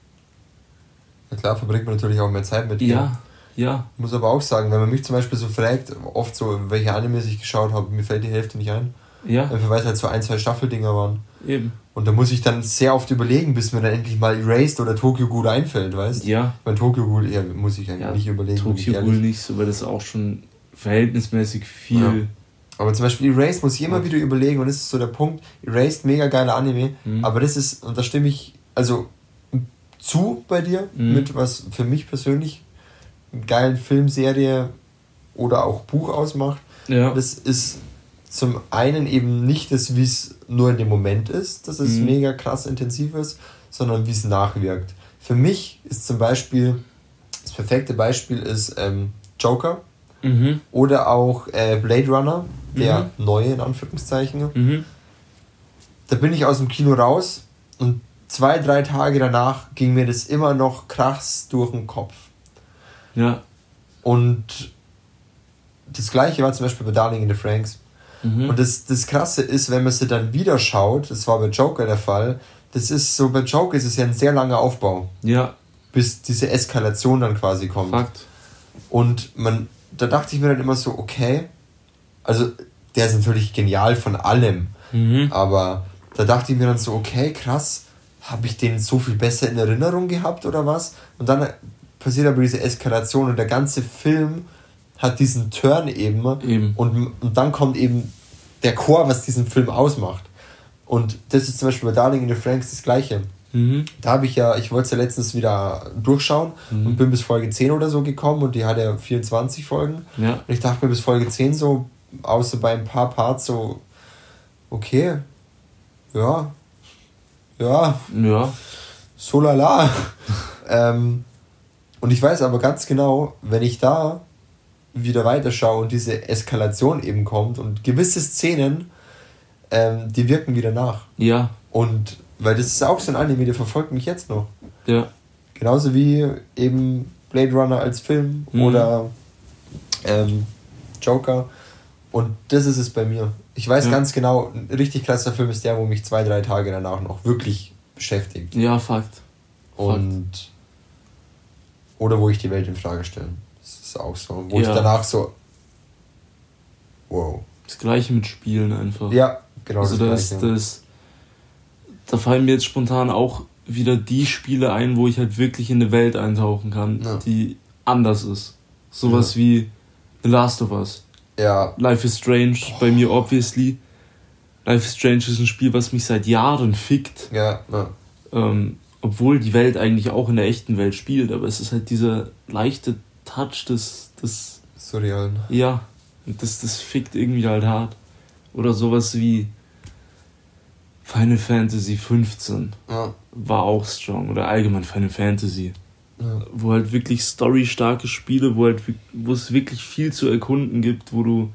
Na klar, verbringt man natürlich auch mehr Zeit mit. Ja. Ich muss aber auch sagen, wenn man mich zum Beispiel so fragt, oft so, welche Animes ich geschaut habe, mir fällt die Hälfte nicht ein. Ja. Weil es halt so 1-2 Staffeldinger waren. Eben. Und da muss ich dann sehr oft überlegen, bis mir dann endlich mal Erased oder Tokyo Ghoul einfällt, weißt du? Ja. Bei Tokyo Ghoul muss ich eigentlich nicht überlegen. Tokyo Ghoul nicht so, weil das auch schon verhältnismäßig viel... Ja. Aber zum Beispiel Erased muss ich immer wieder überlegen und das ist so der Punkt. Erased, mega geiler Anime, aber das ist, und da stimme ich also zu bei dir, mit was für mich persönlich eine geile Filmserie oder auch Buch ausmacht. Ja. Das ist zum einen eben nicht das, wie es nur in dem Moment ist, dass es mega krass intensiv ist, sondern wie es nachwirkt. Für mich ist zum Beispiel, das perfekte Beispiel ist Joker oder auch Blade Runner, der neue in Anführungszeichen. Da bin ich aus dem Kino raus und 2-3 Tage danach ging mir das immer noch krass durch den Kopf. Ja. Und das gleiche war zum Beispiel bei Darling in the Franxx. Und das Krasse ist, wenn man sie dann wieder schaut, das war bei Joker der Fall, das ist so, bei Joker ist es ja ein sehr langer Aufbau. Ja. Bis diese Eskalation dann quasi kommt. Fakt. Und da dachte ich mir dann immer so, okay, also der ist natürlich genial von allem, aber da dachte ich mir dann so, okay, krass, habe ich den so viel besser in Erinnerung gehabt oder was? Und dann passiert aber diese Eskalation und der ganze Film hat diesen Turn eben. Und dann kommt eben der Chor, was diesen Film ausmacht. Und das ist zum Beispiel bei Darling in the Franxx das Gleiche. Da habe ich wollte es ja letztens wieder durchschauen und bin bis Folge 10 oder so gekommen und die hat ja 24 Folgen. Ja. Und ich dachte mir bis Folge 10 so, außer bei ein paar Parts so, okay, ja, so lala. Und ich weiß aber ganz genau, wenn ich da wieder weiterschaue und diese Eskalation eben kommt und gewisse Szenen, die wirken wieder nach. Ja. Und, weil das ist auch so ein Anime, der verfolgt mich jetzt noch. Ja. Genauso wie eben Blade Runner als Film oder Joker. Und das ist es bei mir. Ich weiß ganz genau, ein richtig krasser Film ist der, wo mich 2-3 Tage danach noch wirklich beschäftigt. Ja, Fakt. Und oder wo ich die Welt in Frage stelle. Das ist auch so. Wo ich danach so wow. Das Gleiche mit Spielen einfach. Ja, genau. Also da fallen mir jetzt spontan auch wieder die Spiele ein, wo ich halt wirklich in eine Welt eintauchen kann, die anders ist. Sowas wie The Last of Us. Ja. Life is Strange, bei mir obviously. Life is Strange ist ein Spiel, was mich seit Jahren fickt. Ja. Obwohl die Welt eigentlich auch in der echten Welt spielt, aber es ist halt dieser leichte Touch des Surrealen. Ja, das fickt irgendwie halt hart. Oder sowas wie Final Fantasy 15 war auch strong. Oder allgemein Final Fantasy. Ja. Wo halt wirklich storystarke Spiele, wo es wirklich viel zu erkunden gibt, wo du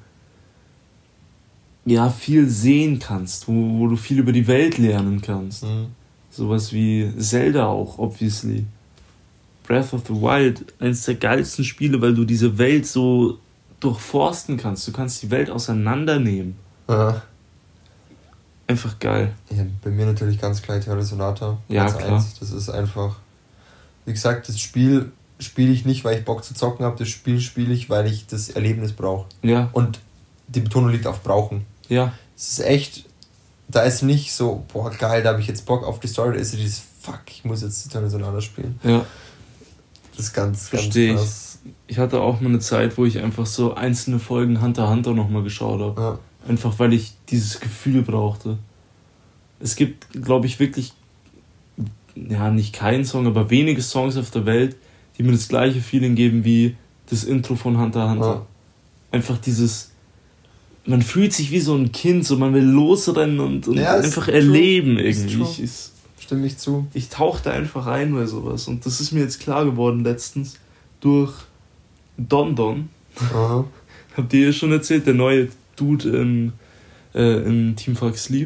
viel sehen kannst, wo du viel über die Welt lernen kannst. Sowas wie Zelda auch, obviously. Breath of the Wild, eines der geilsten Spiele, weil du diese Welt so durchforsten kannst. Du kannst die Welt auseinandernehmen. Ja. Einfach geil. Ja, bei mir natürlich ganz klar Terra Sonata. Ja, klar. Das ist einfach... Wie gesagt, das Spiel spiele ich nicht, weil ich Bock zu zocken habe. Das Spiel spiele ich, weil ich das Erlebnis brauche. Ja. Und die Betonung liegt auf brauchen. Ja. Es ist echt... Da ist nicht so, boah, geil, da habe ich jetzt Bock auf die Story. Da ist dieses, fuck, ich muss jetzt Terra Sonata spielen. Ja. Das ist ganz krass. Ich hatte auch mal eine Zeit, wo ich einfach so einzelne Folgen Hunter x Hunter nochmal geschaut habe. Ja. Einfach, weil ich dieses Gefühl brauchte. Es gibt, glaube ich, wirklich, nicht keinen Song, aber wenige Songs auf der Welt, die mir das gleiche Feeling geben wie das Intro von Hunter x Hunter. Ja. Einfach dieses, man fühlt sich wie so ein Kind, so man will losrennen und einfach erleben irgendwie. Stimme ich zu. Ich tauchte einfach ein bei sowas und das ist mir jetzt klar geworden letztens durch Don Don. Habt ihr schon erzählt, der neue Dude in Team Fuck Sleep.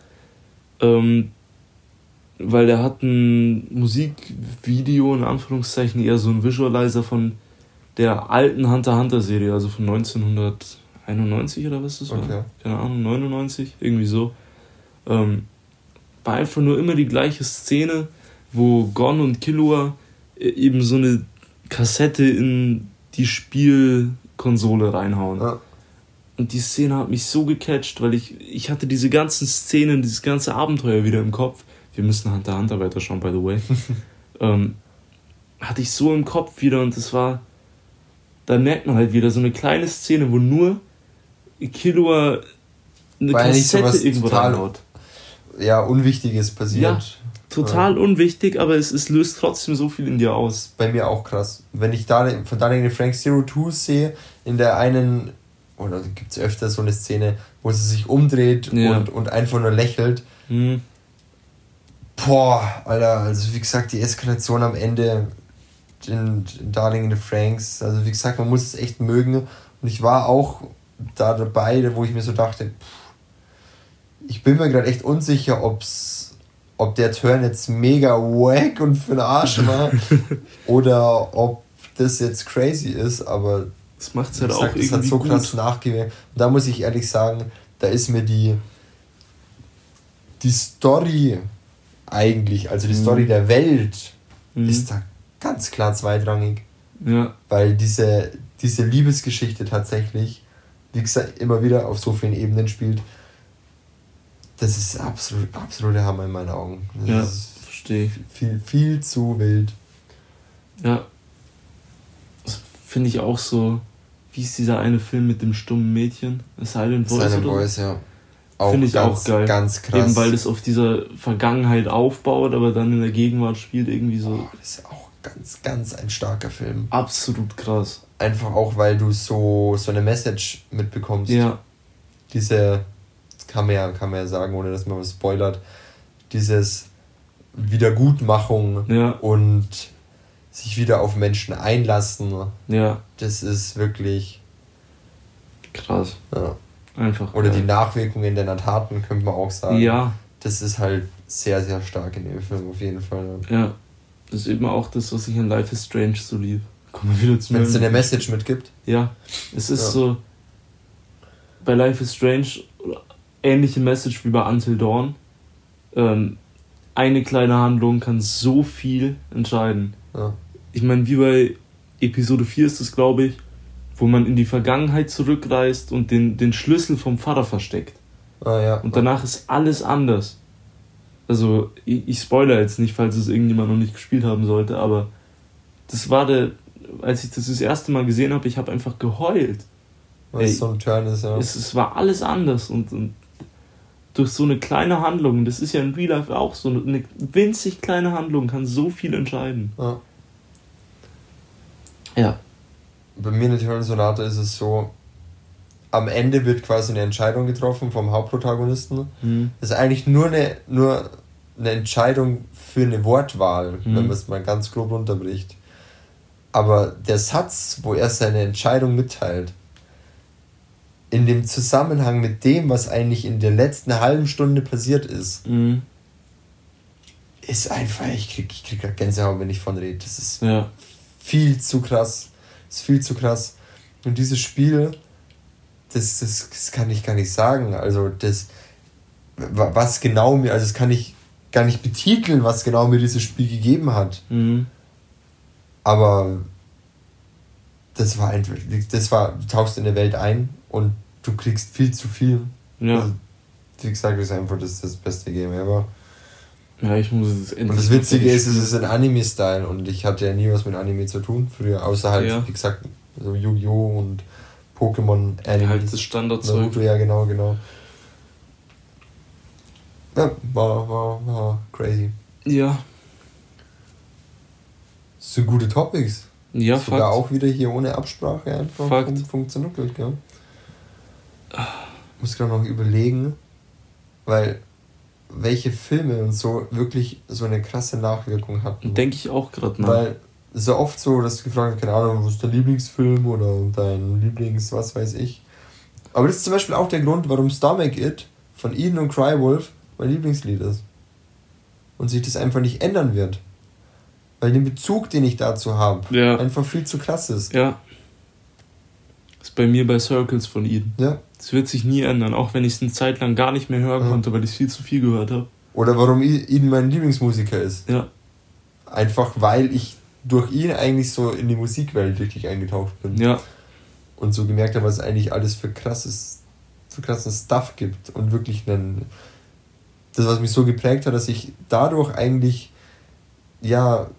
Weil der hat ein Musikvideo, in Anführungszeichen eher so ein Visualizer von der alten Hunter x Hunter Serie, also von 1991 oder was das war? Okay. Keine Ahnung, 99, irgendwie so. War einfach nur immer die gleiche Szene, wo Gon und Killua eben so eine Kassette in die Spielkonsole reinhauen. Ja. Und die Szene hat mich so gecatcht, weil ich hatte diese ganzen Szenen, dieses ganze Abenteuer wieder im Kopf. Wir müssen Hunter x Hunter weiterschauen, by the way. Hatte ich so im Kopf wieder und das war, da merkt man halt wieder so eine kleine Szene, wo nur Killua eine Kassette irgendwo reinhaut. Ja, Unwichtiges passiert. Ja, total unwichtig, aber es löst trotzdem so viel in dir aus. Bei mir auch krass. Wenn ich da von Daniel Frank Zero Two sehe, in der einen, oder gibt es öfter so eine Szene, wo sie sich umdreht und einfach nur lächelt. Boah, Alter, also wie gesagt, die Eskalation am Ende in Darling in the Franxx, also wie gesagt, man muss es echt mögen. Und ich war auch da dabei, wo ich mir so dachte, ich bin mir gerade echt unsicher, ob der Turn jetzt mega wack und für den Arsch war oder ob das jetzt crazy ist, aber das macht es halt auch irgendwie. Das hat so gut. Krass nachgewirkt. Und da muss ich ehrlich sagen, da ist mir die Story eigentlich, also die Story der Welt, ist da ganz klar zweitrangig. Ja. Weil diese Liebesgeschichte tatsächlich, wie gesagt, immer wieder auf so vielen Ebenen spielt. Das ist absoluter Hammer in meinen Augen. Das verstehe ich. Viel zu wild. Ja. Das finde ich auch so. Wie ist dieser eine Film mit dem stummen Mädchen? A Silent Voice? Silent Voice, ja. Finde ich auch geil. Ganz krass. Eben weil das auf dieser Vergangenheit aufbaut, aber dann in der Gegenwart spielt irgendwie so. Oh, das ist auch ganz ein starker Film. Absolut krass. Einfach auch, weil du so eine Message mitbekommst. Ja. Diese, das kann man ja sagen, ohne dass man was spoilert, dieses Wiedergutmachung und sich wieder auf Menschen einlassen. Ja. Das ist wirklich krass. Ja. Einfach. Oder die Nachwirkungen deiner Taten, könnte man auch sagen. Ja. Das ist halt sehr, sehr stark in dem Film, auf jeden Fall. Ja. Das ist eben auch das, was ich in Life is Strange so lieb. Kommen wir wieder zu Wenn es eine Message mitgibt. Ja. Es ist so, bei Life is Strange, ähnliche Message wie bei Until Dawn. Eine kleine Handlung kann so viel entscheiden. Ja. Ich meine, wie bei Episode 4 ist es, glaube ich, wo man in die Vergangenheit zurückreist und den Schlüssel vom Vater versteckt. Ja. Und danach ist alles anders. Also, ich spoilere jetzt nicht, falls es irgendjemand noch nicht gespielt haben sollte, aber das war als ich das erste Mal gesehen habe, ich habe einfach geheult. Weil es so ein Turn ist, ja. Es war alles anders und durch so eine kleine Handlung, das ist ja in Real Life auch so, eine winzig kleine Handlung kann so viel entscheiden. Ja. Ja. Bei mir in der Turn-Sonate ist es so, am Ende wird quasi eine Entscheidung getroffen vom Hauptprotagonisten. Das ist eigentlich nur eine Entscheidung für eine Wortwahl, wenn man es mal ganz grob runterbricht. Aber der Satz, wo er seine Entscheidung mitteilt, in dem Zusammenhang mit dem, was eigentlich in der letzten halben Stunde passiert ist, ist einfach, ich krieg grad Gänsehaut, wenn ich von rede. Das ist viel zu krass. Das ist viel zu krass. Und dieses Spiel, das kann ich gar nicht sagen. Also was genau mir, also das kann ich gar nicht betiteln, was genau mir dieses Spiel gegeben hat. Aber das war einfach, du tauchst in der Welt ein und du kriegst viel zu viel. Ja. Also, wie gesagt, das ist einfach das beste Game ever. Ja, ich muss es endlich. Und das Witzige ist, es ist ein Anime-Style und ich hatte ja nie was mit Anime zu tun früher, außer halt, wie gesagt, so Yu-Gi-Oh! Und Pokémon Anime. Halt das Standardzeug. Naruto, ja, genau. Ja, war crazy. Ja. Das sind gute Topics. Ja, sogar Fakt. auch wieder hier ohne Absprache einfach funktioniert, gell? Ich muss gerade noch überlegen, weil welche Filme und so wirklich so eine krasse Nachwirkung hatten. Denke ich auch gerade nach. Weil es ist ja oft so, dass du gefragt hast, keine Ahnung, was ist dein Lieblingsfilm oder dein Lieblings, was weiß ich. Aber das ist zum Beispiel auch der Grund, warum Stomach It von Eden und Crywolf mein Lieblingslied ist. Und sich das einfach nicht ändern wird. Weil den Bezug, den ich dazu habe, einfach viel zu krass ist. Ja. Das ist bei mir bei Circles von Eden. Ja. Das wird sich nie ändern, auch wenn ich es eine Zeit lang gar nicht mehr hören konnte, weil ich viel zu viel gehört habe. Oder warum Eden mein Lieblingsmusiker ist. Ja. Einfach weil ich durch ihn eigentlich so in die Musikwelt richtig eingetaucht bin. Ja. Und so gemerkt habe, was es eigentlich alles für krassen Stuff gibt. Und wirklich das, was mich so geprägt hat, dass ich dadurch eigentlich, ja,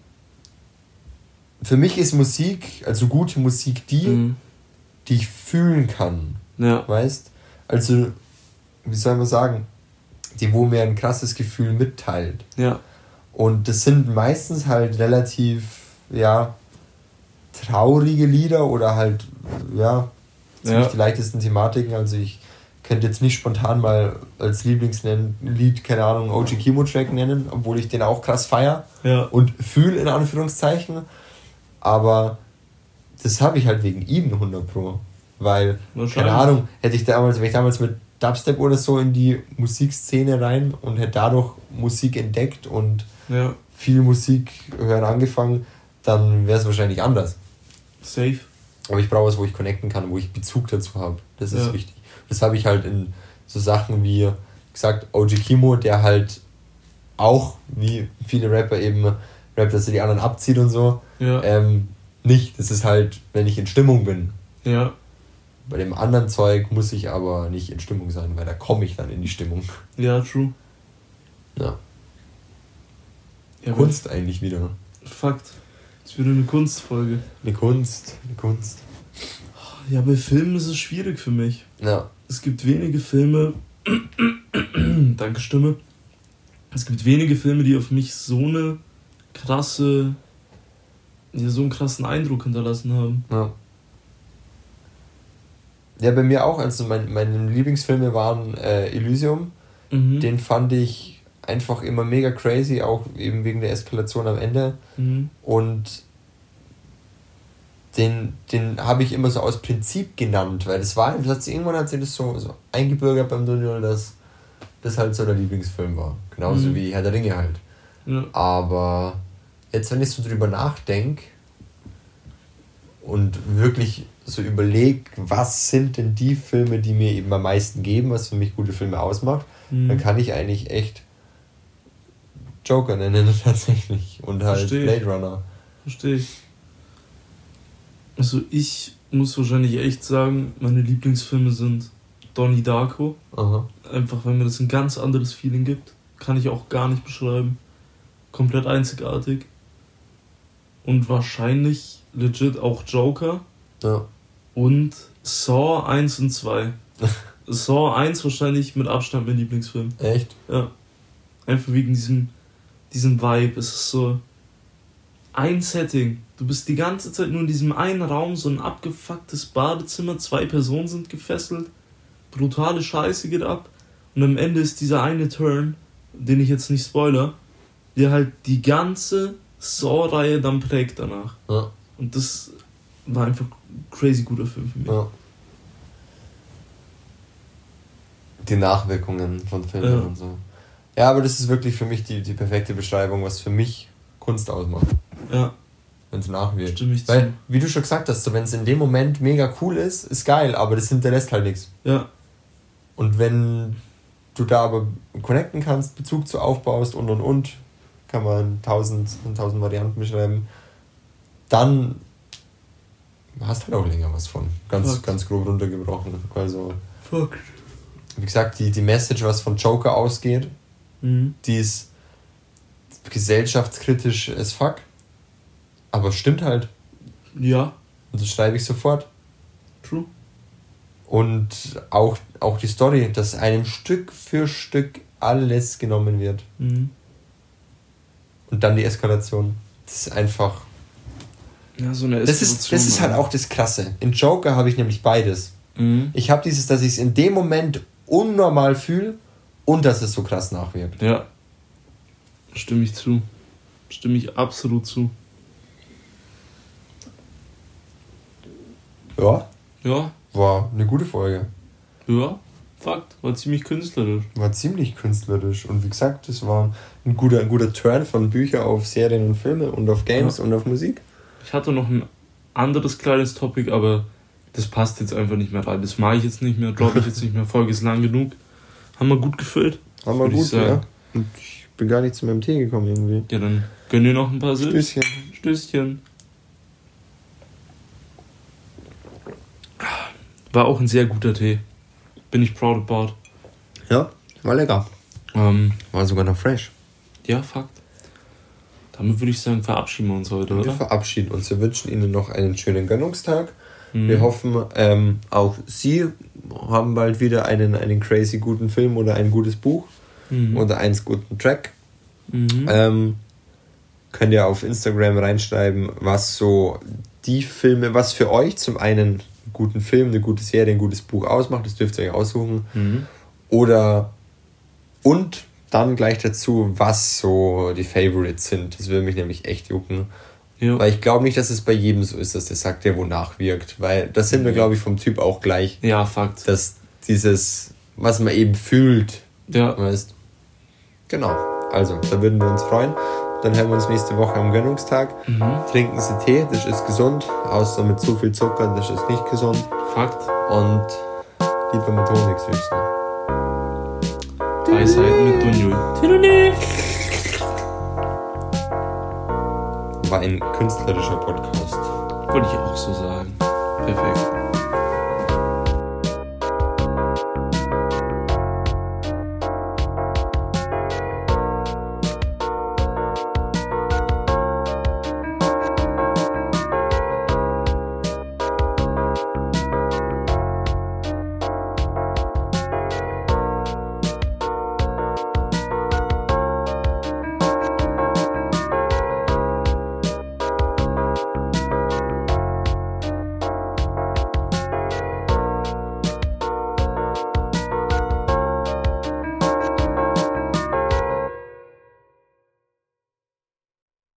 für mich ist Musik, also gute Musik, die ich fühlen kann. Ja. Weißt? Also, wie soll man sagen, die, wo mir ein krasses Gefühl mitteilt. Ja. Und das sind meistens halt relativ, ja, traurige Lieder oder halt, ja, ziemlich die leichtesten Thematiken. Also ich könnte jetzt nicht spontan mal als Lieblingslied, keine Ahnung, OG Kimo Track nennen, obwohl ich den auch krass feier und fühle, in Anführungszeichen. Aber das habe ich halt wegen ihm 100%. Weil, keine Ahnung, wäre ich damals mit Dubstep oder so in die Musikszene rein und hätte dadurch Musik entdeckt und viel Musik hören angefangen, dann wäre es wahrscheinlich anders. Safe. Aber ich brauche was, wo ich connecten kann, wo ich Bezug dazu habe. Das ist wichtig. Das habe ich halt in so Sachen wie, gesagt, OG Kimo, der halt auch, wie viele Rapper eben rappt, dass er die anderen abzieht und so. Nicht. Das ist halt, wenn ich in Stimmung bin. Ja. Bei dem anderen Zeug muss ich aber nicht in Stimmung sein, weil da komme ich dann in die Stimmung. Ja, true. Ja. Kunst eigentlich wieder. Fakt. Das ist wieder eine Kunstfolge. Eine Kunst. Ja, bei Filmen ist es schwierig für mich. Ja. Es gibt wenige Filme. Danke, Stimme. Es gibt wenige Filme, die auf mich so einen krassen Eindruck hinterlassen haben. Ja, bei mir auch. Also meine Lieblingsfilme waren Elysium. Den fand ich einfach immer mega crazy, auch eben wegen der Eskalation am Ende. Und den habe ich immer so aus Prinzip genannt, weil irgendwann hat sich das so eingebürgert beim Daniel, dass das halt so der Lieblingsfilm war. Genauso wie Herr der Ringe halt. Ja. Aber jetzt, wenn ich so drüber nachdenke und wirklich so überlege, was sind denn die Filme, die mir eben am meisten geben, was für mich gute Filme ausmacht, dann kann ich eigentlich echt Joker nennen tatsächlich und halt Blade Runner. Verstehe ich. Also ich muss wahrscheinlich echt sagen, meine Lieblingsfilme sind Donnie Darko. Aha. Einfach, weil mir das ein ganz anderes Feeling gibt. Kann ich auch gar nicht beschreiben. Komplett einzigartig. Und wahrscheinlich legit auch Joker. Ja. Und Saw 1 und 2. Saw 1 wahrscheinlich mit Abstand mein Lieblingsfilm. Echt? Ja. Einfach wegen diesem Vibe. Es ist so ein Setting. Du bist die ganze Zeit nur in diesem einen Raum, so ein abgefucktes Badezimmer, 2 Personen sind gefesselt, brutale Scheiße geht ab und am Ende ist dieser eine Turn, den ich jetzt nicht spoiler, der halt die ganze Saw-Reihe dann prägt danach. Ja. Und das war einfach ein crazy guter Film für mich. Ja. Die Nachwirkungen von Filmen und so. Ja, aber das ist wirklich für mich die perfekte Beschreibung, was für mich Kunst ausmacht. Ja. Wenn es nachwirkt. Stimme ich zu. Weil, wie du schon gesagt hast, so, wenn es in dem Moment mega cool ist geil, aber das hinterlässt halt nichts. Ja. Und wenn du da aber connecten kannst, Bezug zu aufbaust und, kann man 1000 Varianten beschreiben, dann hast du halt auch länger was von. Ganz grob runtergebrochen. Also, wie gesagt, die Message, was von Joker ausgeht, die ist gesellschaftskritisch as fuck. Aber stimmt halt. Ja. Und das schreibe ich sofort. True. Und auch die Story, dass einem Stück für Stück alles genommen wird. Und dann die Eskalation. Das ist einfach... Ja, so eine Eskalation. Das ist halt auch das Krasse. In Joker habe ich nämlich beides. Ich habe dieses, dass ich es in dem Moment unnormal fühle und dass es so krass nachwirkt. Ja. Stimme ich zu. Stimme ich absolut zu. Ja. Ja. War eine gute Folge. Ja, Fakt. War ziemlich künstlerisch. Und wie gesagt, das war ein guter Turn von Büchern auf Serien und Filme und auf Games und auf Musik. Ich hatte noch ein anderes kleines Topic, aber das passt jetzt einfach nicht mehr rein. Das mache ich jetzt nicht mehr, glaube ich jetzt nicht mehr. Folge ist lang genug. Haben wir gut gefüllt. Haben wir gut, ja. Und ich bin gar nicht zu meinem Tee gekommen irgendwie. Ja, dann gönn dir noch ein paar Sips. Stößchen. War auch ein sehr guter Tee. Bin ich proud about. Ja, war lecker. War sogar noch fresh. Ja, Fakt. Damit würde ich sagen, verabschieden wir uns heute, oder? Wir verabschieden uns. Wir wünschen Ihnen noch einen schönen Gönnungstag. Wir hoffen, auch Sie haben bald wieder einen crazy guten Film oder ein gutes Buch oder einen guten Track. Könnt ihr auf Instagram reinschreiben, was so die Filme, was für euch zum einen einen guten Film, eine gute Serie, ein gutes Buch ausmacht. Das dürft ihr euch aussuchen. Und dann gleich dazu, was so die Favorites sind. Das würde mich nämlich echt jucken. Ja. Weil ich glaube nicht, dass es bei jedem so ist, dass der sagt, der wo nachwirkt. Weil das sind wir, glaube ich, vom Typ auch gleich. Ja, Fakt. Dass dieses, was man eben fühlt, weißt. Genau. Also, da würden wir uns freuen. Dann hören wir uns nächste Woche am Gönnungstag. Trinken Sie Tee, das ist gesund. Außer mit zu viel Zucker, das ist nicht gesund. Fakt. Und lieber mit Honig süßen. Weisheit mit Dunjul. War ein künstlerischer Podcast. Wollte ich auch so sagen. Perfekt.